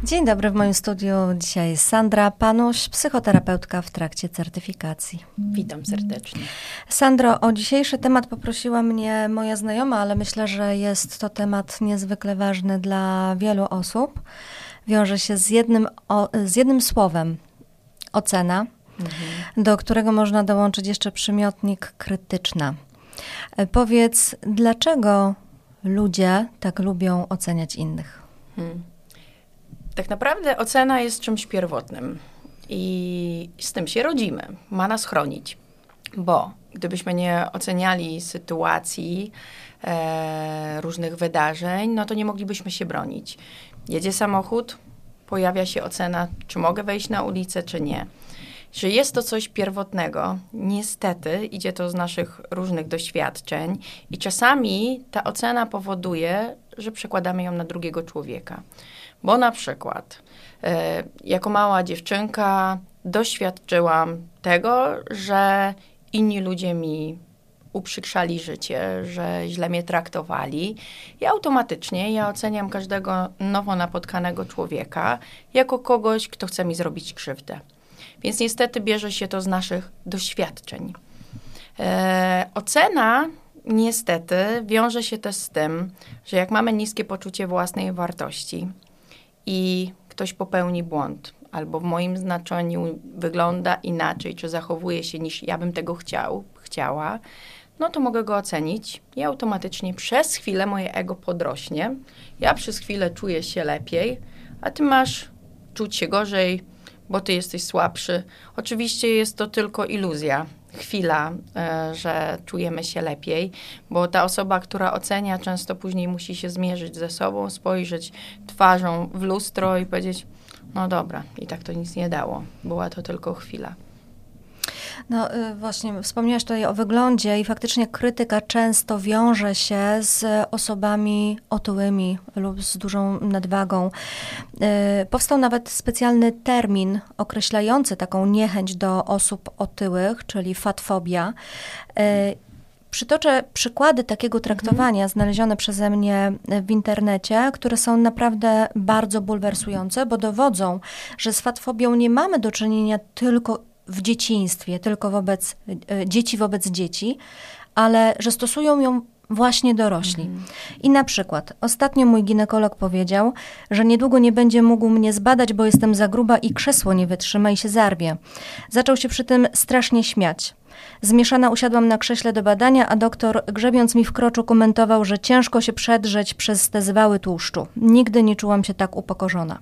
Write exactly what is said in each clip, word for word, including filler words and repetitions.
Dzień dobry, w moim studiu dzisiaj jest Sandra Panuś, psychoterapeutka w trakcie certyfikacji. Witam serdecznie. Sandro, o dzisiejszy temat poprosiła mnie moja znajoma, ale myślę, że jest to temat niezwykle ważny dla wielu osób. Wiąże się z jednym, o, z jednym słowem, ocena, mhm. do którego można dołączyć jeszcze przymiotnik krytyczna. Powiedz, dlaczego ludzie tak lubią oceniać innych? Hmm. Tak naprawdę ocena jest czymś pierwotnym i z tym się rodzimy. Ma nas chronić, bo gdybyśmy nie oceniali sytuacji, e, różnych wydarzeń, no to nie moglibyśmy się bronić. Jedzie samochód, pojawia się ocena, czy mogę wejść na ulicę, czy nie. Że jest to coś pierwotnego. Niestety idzie to z naszych różnych doświadczeń i czasami ta ocena powoduje, że przekładamy ją na drugiego człowieka. Bo na przykład e, jako mała dziewczynka doświadczyłam tego, że inni ludzie mi uprzykrzali życie, że źle mnie traktowali i automatycznie ja oceniam każdego nowo napotkanego człowieka jako kogoś, kto chce mi zrobić krzywdę. Więc niestety bierze się to z naszych doświadczeń. E, ocena niestety wiąże się też z tym, że jak mamy niskie poczucie własnej wartości i ktoś popełni błąd, albo w moim znaczeniu wygląda inaczej, czy zachowuje się niż ja bym tego chciał, chciała, no to mogę go ocenić i automatycznie przez chwilę moje ego podrośnie. Ja przez chwilę czuję się lepiej, a ty masz czuć się gorzej, bo ty jesteś słabszy. Oczywiście jest to tylko iluzja, chwila, e, że czujemy się lepiej, bo ta osoba, która ocenia, często później musi się zmierzyć ze sobą, spojrzeć twarzą w lustro i powiedzieć, no dobra, i tak to nic nie dało. Była to tylko chwila. No właśnie, wspomniałaś tutaj o wyglądzie i faktycznie krytyka często wiąże się z osobami otyłymi lub z dużą nadwagą. Powstał nawet specjalny termin określający taką niechęć do osób otyłych, czyli fatfobia. Przytoczę przykłady takiego traktowania mhm. znalezione przeze mnie w internecie, które są naprawdę bardzo bulwersujące, bo dowodzą, że z fatfobią nie mamy do czynienia tylko w dzieciństwie, tylko wobec dzieci wobec dzieci, ale że stosują ją właśnie dorośli. Mm. I na przykład ostatnio mój ginekolog powiedział, że niedługo nie będzie mógł mnie zbadać, bo jestem za gruba i krzesło nie wytrzyma i się zarwie. Zaczął się przy tym strasznie śmiać. Zmieszana usiadłam na krześle do badania, a doktor, grzebiąc mi w kroczu, komentował, że ciężko się przedrzeć przez te zwały tłuszczu. Nigdy nie czułam się tak upokorzona.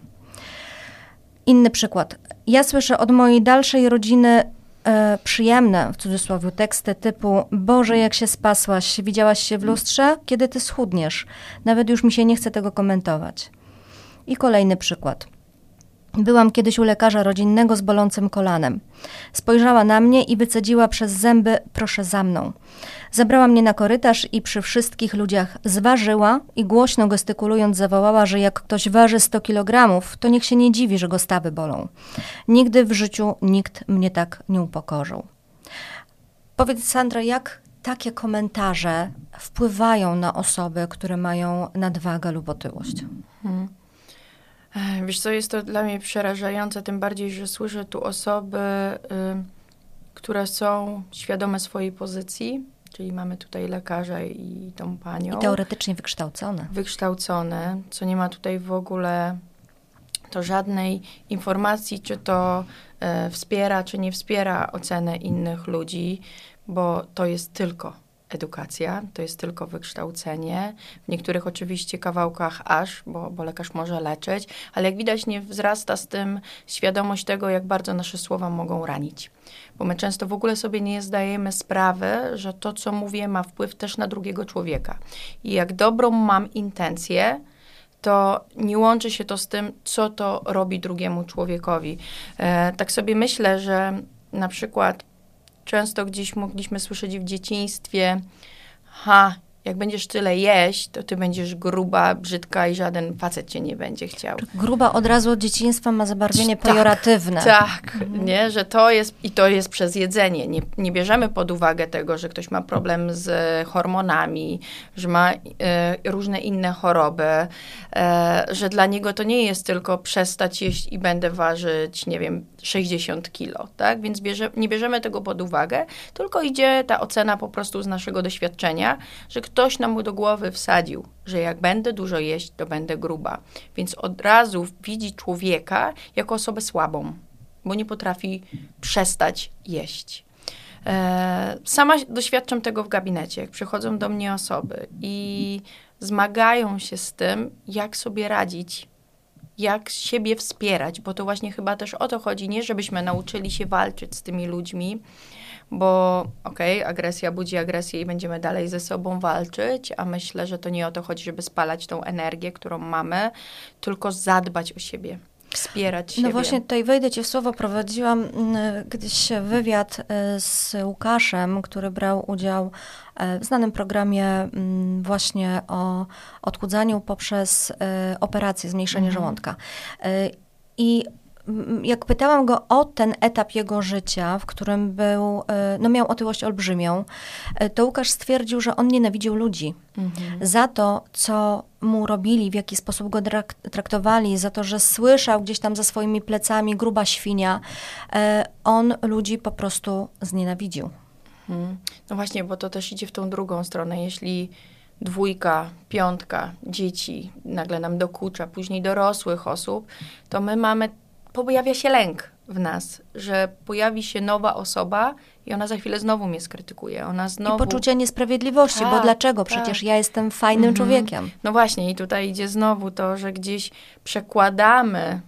Inny przykład. Ja słyszę od mojej dalszej rodziny e, przyjemne, w cudzysłowie, teksty typu Boże, jak się spasłaś, widziałaś się w lustrze? Kiedy ty schudniesz? Nawet już mi się nie chce tego komentować. I kolejny przykład. Byłam kiedyś u lekarza rodzinnego z bolącym kolanem. Spojrzała na mnie i wycedziła przez zęby, proszę za mną. Zabrała mnie na korytarz i przy wszystkich ludziach zważyła i głośno gestykulując zawołała, że jak ktoś waży sto kilogramów, to niech się nie dziwi, że go stawy bolą. Nigdy w życiu nikt mnie tak nie upokorzył. Powiedz, Sandra, jak takie komentarze wpływają na osoby, które mają nadwagę lub otyłość? Hmm. Wiesz co, jest to dla mnie przerażające, tym bardziej, że słyszę tu osoby, y, które są świadome swojej pozycji, czyli mamy tutaj lekarza i tą panią. I teoretycznie wykształcone. Wykształcone, co nie ma tutaj w ogóle to żadnej informacji, czy to y, wspiera, czy nie wspiera ocenę innych ludzi, bo to jest tylko edukacja, to jest tylko wykształcenie. W niektórych oczywiście kawałkach aż, bo, bo lekarz może leczyć, ale jak widać nie wzrasta z tym świadomość tego, jak bardzo nasze słowa mogą ranić. Bo my często w ogóle sobie nie zdajemy sprawy, że to, co mówię, ma wpływ też na drugiego człowieka. I jak dobrą mam intencję, to nie łączy się to z tym, co to robi drugiemu człowiekowi. E, tak sobie myślę, że na przykład często gdzieś mogliśmy słyszeć w dzieciństwie, ha, Jak będziesz tyle jeść, to ty będziesz gruba, brzydka i żaden facet cię nie będzie chciał. Gruba od razu od dzieciństwa ma zabarwienie pejoratywne. Tak, mhm. nie, że to jest, i to jest przez jedzenie. Nie, nie bierzemy pod uwagę tego, że ktoś ma problem z hormonami, że ma e, różne inne choroby, e, że dla niego to nie jest tylko przestać jeść i będę ważyć, nie wiem, sześćdziesiąt kilo, tak? Więc bierze, nie bierzemy tego pod uwagę, tylko idzie ta ocena po prostu z naszego doświadczenia, że ktoś nam do głowy wsadził, że jak będę dużo jeść, to będę gruba. Więc od razu widzi człowieka jako osobę słabą, bo nie potrafi przestać jeść. E, sama doświadczam tego w gabinecie, jak przychodzą do mnie osoby i zmagają się z tym, jak sobie radzić, jak siebie wspierać, bo to właśnie chyba też o to chodzi, nie żebyśmy nauczyli się walczyć z tymi ludźmi, bo okej, okay, agresja budzi agresję i będziemy dalej ze sobą walczyć, a myślę, że to nie o to chodzi, żeby spalać tą energię, którą mamy, tylko zadbać o siebie, wspierać siebie. No właśnie tutaj wejdę ci w słowo, prowadziłam kiedyś wywiad z Łukaszem, który brał udział w znanym programie właśnie o odchudzaniu poprzez operację, zmniejszenie mhm. żołądka. I jak pytałam go o ten etap jego życia, w którym był, no miał otyłość olbrzymią, to Łukasz stwierdził, że on nienawidził ludzi. Mhm. Za to, co mu robili, w jaki sposób go traktowali, za to, że słyszał gdzieś tam za swoimi plecami gruba świnia, on ludzi po prostu znienawidził. Mhm. No właśnie, bo to też idzie w tą drugą stronę. Jeśli dwójka, piątka dzieci nagle nam dokucza, później dorosłych osób, to my mamy pojawia się lęk w nas, że pojawi się nowa osoba i ona za chwilę znowu mnie skrytykuje. Ona znowu... I poczucie niesprawiedliwości, tak, bo dlaczego? Tak. Przecież ja jestem fajnym mhm. człowiekiem. No właśnie i tutaj idzie znowu to, że gdzieś przekładamy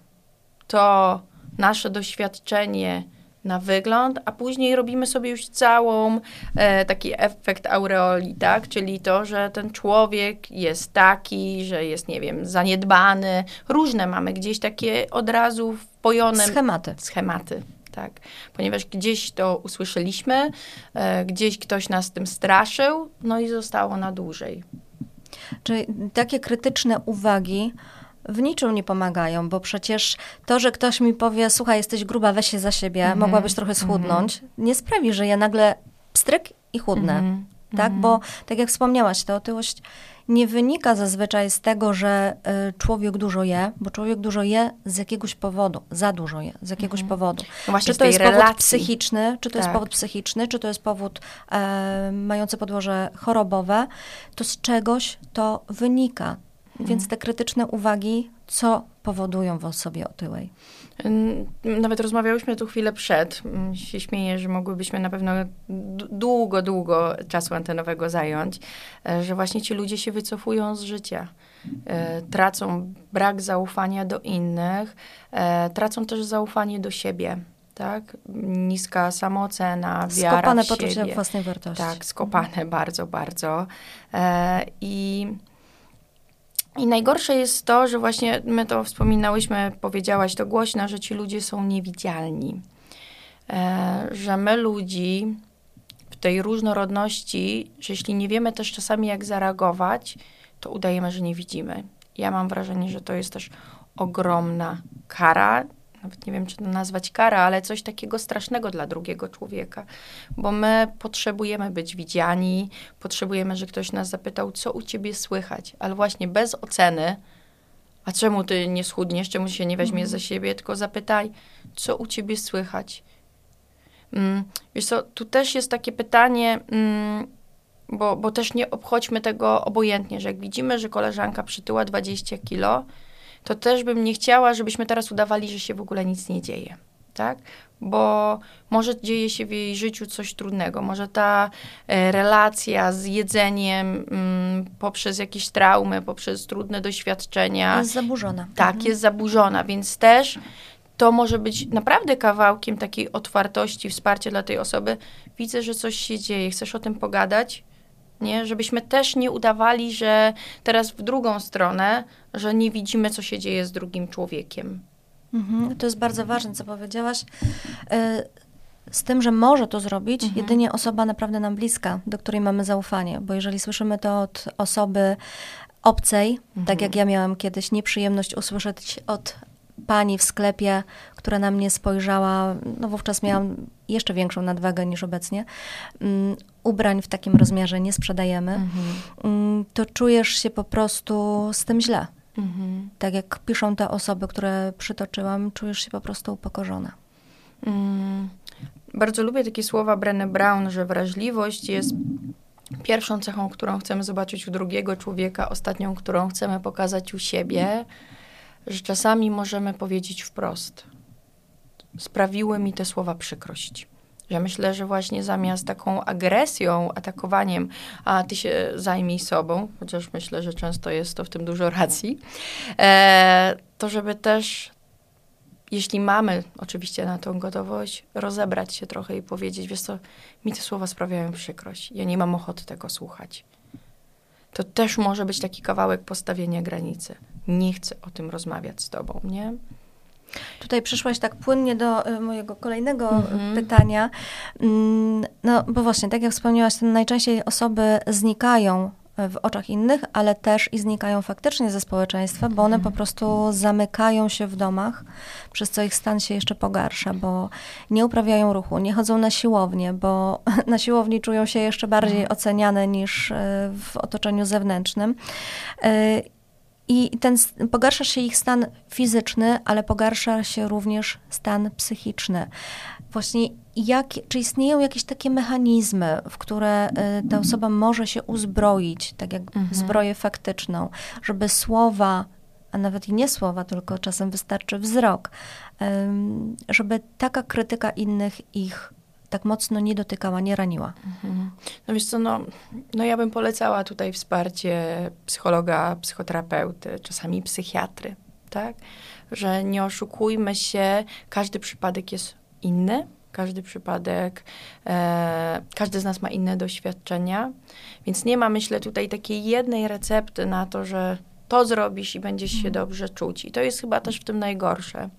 to nasze doświadczenie na wygląd, a później robimy sobie już całą e, taki efekt aureoli, tak? Czyli to, że ten człowiek jest taki, że jest, nie wiem, zaniedbany. Różne mamy gdzieś takie od razu wpojone... Schematy. Schematy, tak. Ponieważ gdzieś to usłyszeliśmy, e, gdzieś ktoś nas tym straszył, no i zostało na dłużej. Czyli takie krytyczne uwagi w niczym nie pomagają, bo przecież to, że ktoś mi powie, słuchaj, jesteś gruba, weź się za siebie, mm-hmm. mogłabyś trochę schudnąć, mm-hmm. nie sprawi, że ja nagle pstryk i chudnę, mm-hmm. tak? Mm-hmm. Bo tak jak wspomniałaś, ta otyłość nie wynika zazwyczaj z tego, że y, człowiek dużo je, bo człowiek dużo je z jakiegoś powodu, za dużo je, z jakiegoś mm-hmm. powodu. No właśnie czy to jest relacji. powód psychiczny, czy to tak. jest powód psychiczny, czy to jest powód e, mający podłoże chorobowe, to z czegoś to wynika. Więc te krytyczne uwagi, co powodują w osobie otyłej? Nawet rozmawiałyśmy tu chwilę przed. Się śmieję, że mogłybyśmy na pewno długo, długo czasu antenowego zająć, że właśnie ci ludzie się wycofują z życia. Tracą brak zaufania do innych, tracą też zaufanie do siebie. Tak? Niska samoocena, wiara skopane w siebie. Skopane poczucie własnej wartości. Tak, skopane mhm. bardzo, bardzo. I... I najgorsze jest to, że właśnie my to wspominałyśmy, powiedziałaś to głośno, że ci ludzie są niewidzialni. E, że my ludzi w tej różnorodności, że jeśli nie wiemy też czasami jak zareagować, to udajemy, że nie widzimy. Ja mam wrażenie, że to jest też ogromna kara, nawet nie wiem, czy to nazwać kara, ale coś takiego strasznego dla drugiego człowieka. Bo my potrzebujemy być widziani, potrzebujemy, że ktoś nas zapytał, co u ciebie słychać, ale właśnie bez oceny, a czemu ty nie schudniesz, czemu się nie weźmiesz mm. za siebie, tylko zapytaj, co u ciebie słychać. Mm, wiesz co, tu też jest takie pytanie, mm, bo, bo też nie obchodźmy tego obojętnie, że jak widzimy, że koleżanka przytyła dwadzieścia kilo, to też bym nie chciała, żebyśmy teraz udawali, że się w ogóle nic nie dzieje, tak? Bo może dzieje się w jej życiu coś trudnego, może ta e, relacja z jedzeniem m, poprzez jakieś traumy, poprzez trudne doświadczenia. Jest zaburzona. Tak, mhm. jest zaburzona, więc też to może być naprawdę kawałkiem takiej otwartości, wsparcia dla tej osoby. Widzę, że coś się dzieje, chcesz o tym pogadać? Nie? Żebyśmy też nie udawali, że teraz w drugą stronę, że nie widzimy, co się dzieje z drugim człowiekiem. Mhm. To jest bardzo ważne, co powiedziałaś. z tym, że może to zrobić Mhm. jedynie osoba naprawdę nam bliska, do której mamy zaufanie. Bo jeżeli słyszymy to od osoby obcej, Mhm. tak jak ja miałam kiedyś nieprzyjemność usłyszeć od pani w sklepie, która na mnie spojrzała, no wówczas miałam jeszcze większą nadwagę niż obecnie, um, ubrań w takim rozmiarze nie sprzedajemy, Mhm. um, to czujesz się po prostu z tym źle. Mhm. Tak jak piszą te osoby, które przytoczyłam, czujesz się po prostu upokorzona. Mm. Bardzo lubię takie słowa Brené Brown, że wrażliwość jest pierwszą cechą, którą chcemy zobaczyć u drugiego człowieka, ostatnią, którą chcemy pokazać u siebie, że czasami możemy powiedzieć wprost. Sprawiły mi te słowa przykrość. Że myślę, że właśnie zamiast taką agresją, atakowaniem, a ty się zajmij sobą, chociaż myślę, że często jest to w tym dużo racji, e, to żeby też, jeśli mamy oczywiście na tą gotowość, rozebrać się trochę i powiedzieć, wiesz co, mi te słowa sprawiają przykrość. Ja nie mam ochoty tego słuchać. To też może być taki kawałek postawienia granicy. Nie chcę o tym rozmawiać z tobą, nie? Tutaj przyszłaś tak płynnie do y, mojego kolejnego Mhm. pytania. Mm, no bo właśnie, tak jak wspomniałaś, to najczęściej osoby znikają w oczach innych, ale też i znikają faktycznie ze społeczeństwa, bo one Mhm. po prostu zamykają się w domach, przez co ich stan się jeszcze pogarsza, bo nie uprawiają ruchu, nie chodzą na siłownię, bo na siłowni czują się jeszcze bardziej Mhm. oceniane niż y, w otoczeniu zewnętrznym. Y, I ten, pogarsza się ich stan fizyczny, ale pogarsza się również stan psychiczny. Właśnie jak, czy istnieją jakieś takie mechanizmy, w które y, ta osoba może się uzbroić, tak jak Mhm. zbroję faktyczną, żeby słowa, a nawet i nie słowa, tylko czasem wystarczy wzrok, ym, żeby taka krytyka innych ich tak mocno nie dotykała, nie raniła. Mhm. No wiesz co, no, no ja bym polecała tutaj wsparcie psychologa, psychoterapeuty, czasami psychiatry, tak? Że nie oszukujmy się, każdy przypadek jest inny, każdy przypadek, e, każdy z nas ma inne doświadczenia, więc nie ma, myślę, tutaj takiej jednej recepty na to, że to zrobisz i będziesz się dobrze czuć. I to jest chyba też w tym najgorsze,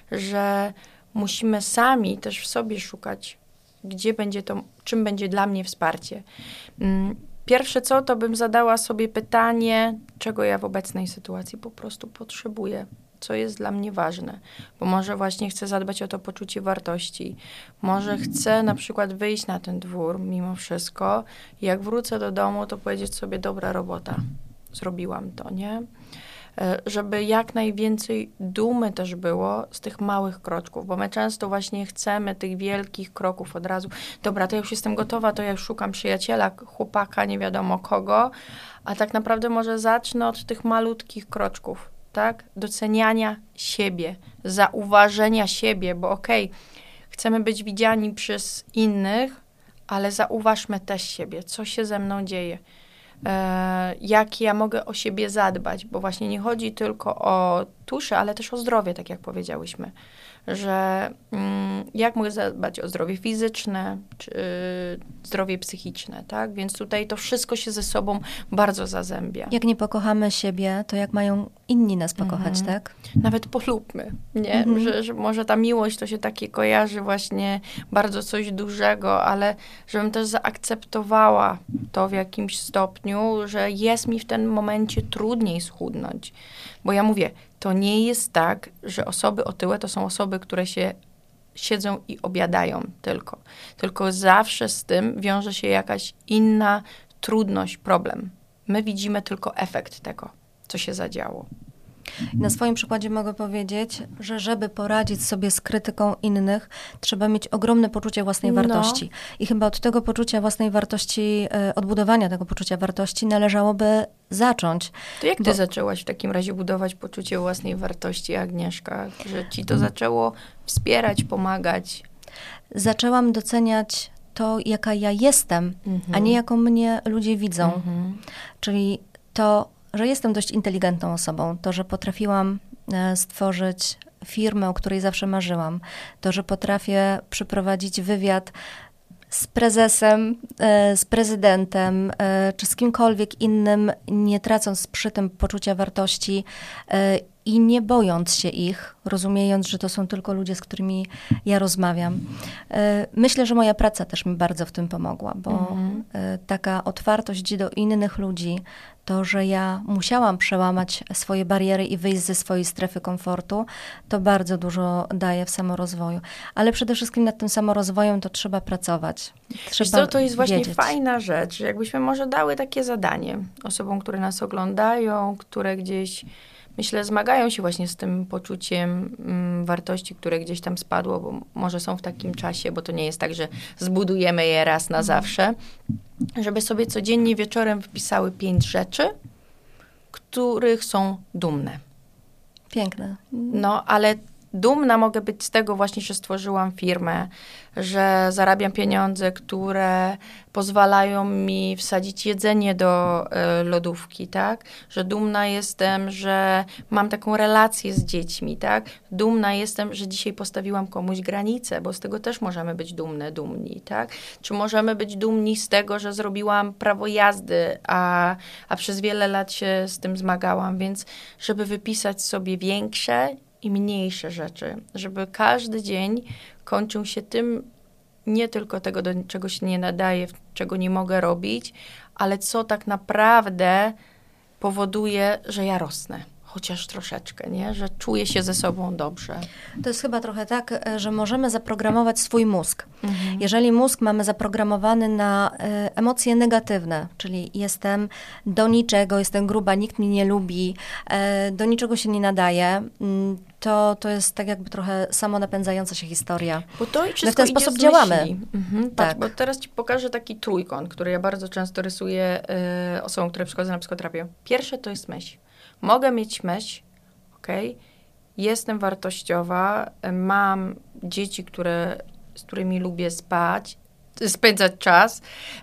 że musimy sami też w sobie szukać, gdzie będzie to, czym będzie dla mnie wsparcie. Pierwsze co, to bym zadała sobie pytanie, czego ja w obecnej sytuacji po prostu potrzebuję, co jest dla mnie ważne, bo może właśnie chcę zadbać o to poczucie wartości, może chcę na przykład wyjść na ten dwór mimo wszystko i jak wrócę do domu, to powiedzieć sobie, dobra robota, zrobiłam to, nie? Żeby jak najwięcej dumy też było z tych małych kroczków, bo my często właśnie chcemy tych wielkich kroków od razu. Dobra, to ja już jestem gotowa, to ja już szukam przyjaciela, chłopaka, nie wiadomo kogo, a tak naprawdę może zacznę od tych malutkich kroczków, tak? Doceniania siebie, zauważenia siebie, bo okej, okay, chcemy być widziani przez innych, ale zauważmy też siebie, co się ze mną dzieje. Jak ja mogę o siebie zadbać, bo właśnie nie chodzi tylko o tuszę, ale też o zdrowie, tak jak powiedziałyśmy, że mm, jak mogę zadbać o zdrowie fizyczne, czy zdrowie psychiczne, tak? Więc tutaj to wszystko się ze sobą bardzo zazębia. Jak nie pokochamy siebie, to jak mają inni nas pokochać, Mhm. tak? Nawet polubmy, nie? Mhm. Że, że może ta miłość to się takie kojarzy właśnie bardzo coś dużego, ale żebym też zaakceptowała to w jakimś stopniu, że jest mi w tym momencie trudniej schudnąć. Bo ja mówię, to nie jest tak, że osoby otyłe to są osoby, które się siedzą i obiadają tylko. Tylko zawsze z tym wiąże się jakaś inna trudność, problem. My widzimy tylko efekt tego, co się zadziało. Na swoim przykładzie mogę powiedzieć, że żeby poradzić sobie z krytyką innych, trzeba mieć ogromne poczucie własnej No. wartości. I chyba od tego poczucia własnej wartości, od budowania tego poczucia wartości należałoby zacząć. To jak ty Bo... zaczęłaś w takim razie budować poczucie własnej wartości, Agnieszka? Że ci to zaczęło wspierać, pomagać? Zaczęłam doceniać to, jaka ja jestem, Mhm. a nie jaką mnie ludzie widzą. Mhm. Czyli to, że jestem dość inteligentną osobą, to, że potrafiłam stworzyć firmę, o której zawsze marzyłam, to, że potrafię przeprowadzić wywiad z prezesem, z prezydentem, czy z kimkolwiek innym, nie tracąc przy tym poczucia wartości i nie bojąc się ich, rozumiejąc, że to są tylko ludzie, z którymi ja rozmawiam. Myślę, że moja praca też mi bardzo w tym pomogła, bo mhm. taka otwartość do innych ludzi, to, że ja musiałam przełamać swoje bariery i wyjść ze swojej strefy komfortu, to bardzo dużo daje w samorozwoju. Ale przede wszystkim nad tym samorozwojem to trzeba pracować. Trzeba co, to jest właśnie wiedzieć. Fajna rzecz, że jakbyśmy może dały takie zadanie osobom, które nas oglądają, które gdzieś, myślę, zmagają się właśnie z tym poczuciem mm, wartości, które gdzieś tam spadło, bo może są w takim czasie, bo to nie jest tak, że zbudujemy je raz na zawsze, żeby sobie codziennie wieczorem wpisały pięć rzeczy, których są dumne. Piękne. No, ale dumna mogę być z tego właśnie, że stworzyłam firmę, że zarabiam pieniądze, które pozwalają mi wsadzić jedzenie do y, lodówki, tak? Że dumna jestem, że mam taką relację z dziećmi, tak? Dumna jestem, że dzisiaj postawiłam komuś granicę, bo z tego też możemy być dumne, dumni, tak? Czy możemy być dumni z tego, że zrobiłam prawo jazdy, a, a przez wiele lat się z tym zmagałam, więc żeby wypisać sobie większe i mniejsze rzeczy, żeby każdy dzień kończył się tym, nie tylko tego, do czego się nie nadaje, czego nie mogę robić, ale co tak naprawdę powoduje, że ja rosnę. Chociaż troszeczkę, nie? Że czuję się ze sobą dobrze. To jest chyba trochę tak, że możemy zaprogramować swój mózg. Mhm. Jeżeli mózg mamy zaprogramowany na e, emocje negatywne, czyli jestem do niczego, jestem gruba, nikt mnie nie lubi, e, do niczego się nie nadaje, m, to, to jest tak jakby trochę samonapędzająca się historia. Bo to i My w ten sposób działamy. Mhm, tak. Patrz, bo teraz ci pokażę taki trójkąt, który ja bardzo często rysuję y, osobom, które przychodzą na psychoterapię. Pierwsze to jest myśl. Mogę mieć myśl, okej, okay? Jestem wartościowa, mam dzieci, które, z którymi lubię spać, spędzać czas,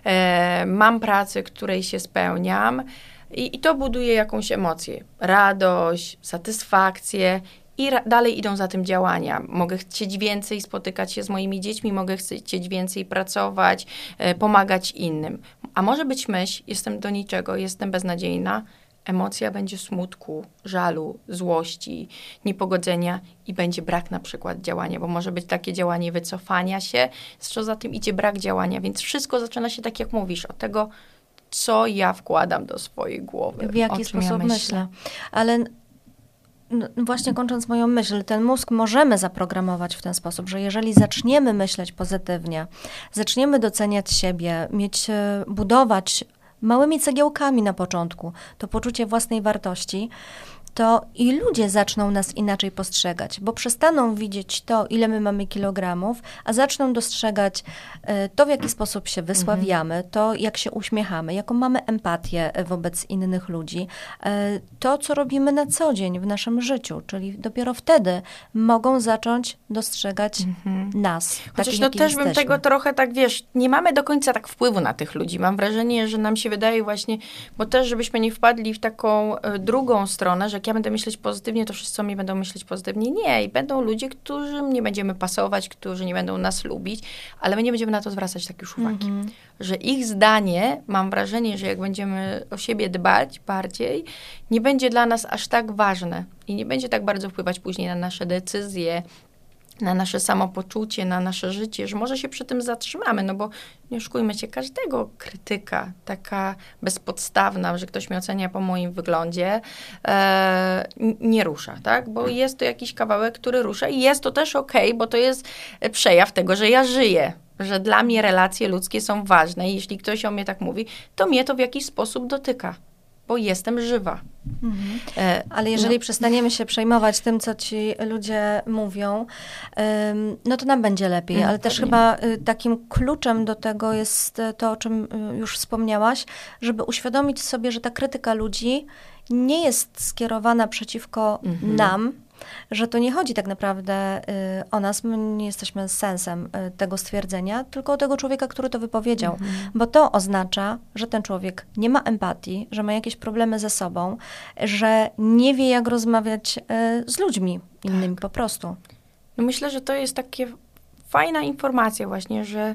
e, mam pracę, której się spełniam i, i to buduje jakąś emocję, radość, satysfakcję i ra- dalej idą za tym działania. Mogę chcieć więcej spotykać się z moimi dziećmi, mogę chcieć więcej pracować, e, pomagać innym. A może być myśl, jestem do niczego, jestem beznadziejna, emocja będzie smutku, żalu, złości, niepogodzenia i będzie brak na przykład działania, bo może być takie działanie wycofania się, co za tym idzie brak działania, więc wszystko zaczyna się tak, jak mówisz, od tego, co ja wkładam do swojej głowy. W jaki sposób ja myślę. myślę. Ale no, właśnie kończąc moją myśl, ten mózg możemy zaprogramować w ten sposób, że jeżeli zaczniemy myśleć pozytywnie, zaczniemy doceniać siebie, mieć, budować małymi cegiełkami na początku to poczucie własnej wartości, to i ludzie zaczną nas inaczej postrzegać, bo przestaną widzieć to, ile my mamy kilogramów, a zaczną dostrzegać to, w jaki sposób się wysławiamy, to, jak się uśmiechamy, jaką mamy empatię wobec innych ludzi, to, co robimy na co dzień w naszym życiu, czyli dopiero wtedy mogą zacząć dostrzegać mhm. nas. Chociaż takich, no też jesteśmy. bym tego trochę tak, wiesz, nie mamy do końca tak wpływu na tych ludzi. Mam wrażenie, że nam się wydaje właśnie, bo też żebyśmy nie wpadli w taką drugą stronę, że jak ja będę myśleć pozytywnie, to wszyscy o mnie będą myśleć pozytywnie. Nie. I będą ludzie, którym nie będziemy pasować, którzy nie będą nas lubić, ale my nie będziemy na to zwracać tak już uwagi. Mm-hmm. Że ich zdanie, mam wrażenie, że jak będziemy o siebie dbać bardziej, nie będzie dla nas aż tak ważne i nie będzie tak bardzo wpływać później na nasze decyzje, na nasze samopoczucie, na nasze życie, że może się przy tym zatrzymamy, no bo nie oszukujmy się, każdego krytyka, taka bezpodstawna, że ktoś mnie ocenia po moim wyglądzie, e, nie rusza, tak? Bo jest to jakiś kawałek, który rusza i jest to też okej, okay, bo to jest przejaw tego, że ja żyję, że dla mnie relacje ludzkie są ważne i jeśli ktoś o mnie tak mówi, to mnie to w jakiś sposób dotyka, bo jestem żywa. Mhm. E, Ale jeżeli no. przestaniemy się przejmować tym, co ci ludzie mówią, ym, no to nam będzie lepiej. Mm, Ale też pewnie. chyba y, takim kluczem do tego jest to, o czym y, już wspomniałaś, żeby uświadomić sobie, że ta krytyka ludzi nie jest skierowana przeciwko mm-hmm. nam, że to nie chodzi tak naprawdę y, o nas, my nie jesteśmy sensem y, tego stwierdzenia, tylko o tego człowieka, który to wypowiedział. Mhm. Bo to oznacza, że ten człowiek nie ma empatii, że ma jakieś problemy ze sobą, że nie wie, jak rozmawiać y, z ludźmi innymi tak. po prostu. No myślę, że to jest takie fajna informacja właśnie, że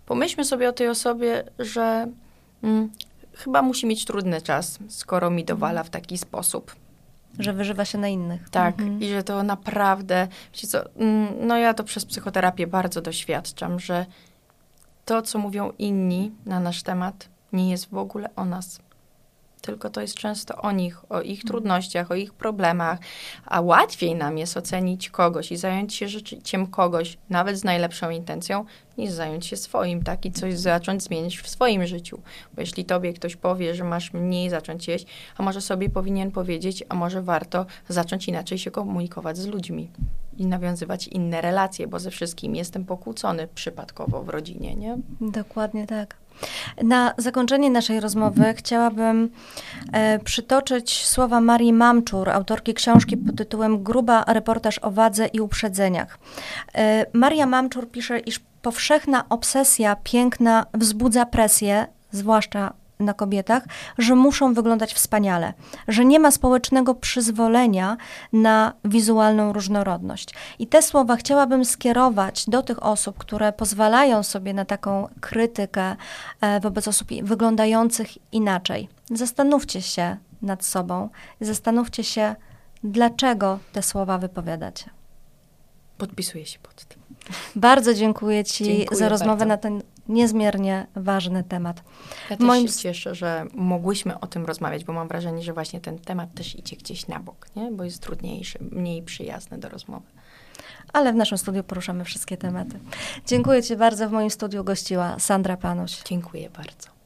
pomyślmy sobie o tej osobie, że mm, chyba musi mieć trudny czas, skoro mi dowala w taki sposób. Że wyżywa się na innych. Tak, Mhm. i że to naprawdę, wiecie co, no ja to przez psychoterapię bardzo doświadczam, że to, co mówią inni na nasz temat, nie jest w ogóle o nas. Tylko to jest często o nich, o ich trudnościach, o ich problemach, a łatwiej nam jest ocenić kogoś i zająć się życiem kogoś, nawet z najlepszą intencją, niż zająć się swoim, tak? I coś zacząć zmienić w swoim życiu. Bo jeśli tobie ktoś powie, że masz mniej zacząć jeść, a może sobie powinien powiedzieć, a może warto zacząć inaczej się komunikować z ludźmi i nawiązywać inne relacje, bo ze wszystkim jestem pokłócony przypadkowo w rodzinie, nie? Dokładnie tak. Na zakończenie naszej rozmowy chciałabym e, przytoczyć słowa Marii Mamczur, autorki książki pod tytułem Gruba reportaż o wadze i uprzedzeniach. E, Maria Mamczur pisze, iż powszechna obsesja piękna wzbudza presję, zwłaszcza na kobietach, że muszą wyglądać wspaniale, że nie ma społecznego przyzwolenia na wizualną różnorodność. I te słowa chciałabym skierować do tych osób, które pozwalają sobie na taką krytykę wobec osób wyglądających inaczej. Zastanówcie się nad sobą, zastanówcie się, dlaczego te słowa wypowiadacie. Podpisuję się pod tym. Bardzo dziękuję Ci Dziękuję za rozmowę bardzo. na ten niezmiernie ważny temat. Ja też Moim się cieszę, że mogłyśmy o tym rozmawiać, bo mam wrażenie, że właśnie ten temat też idzie gdzieś na bok, nie? Bo jest trudniejszy, mniej przyjazny do rozmowy. Ale w naszym studiu poruszamy wszystkie tematy. Dziękuję Ci bardzo. W moim studiu gościła Sandra Panuś. Dziękuję bardzo.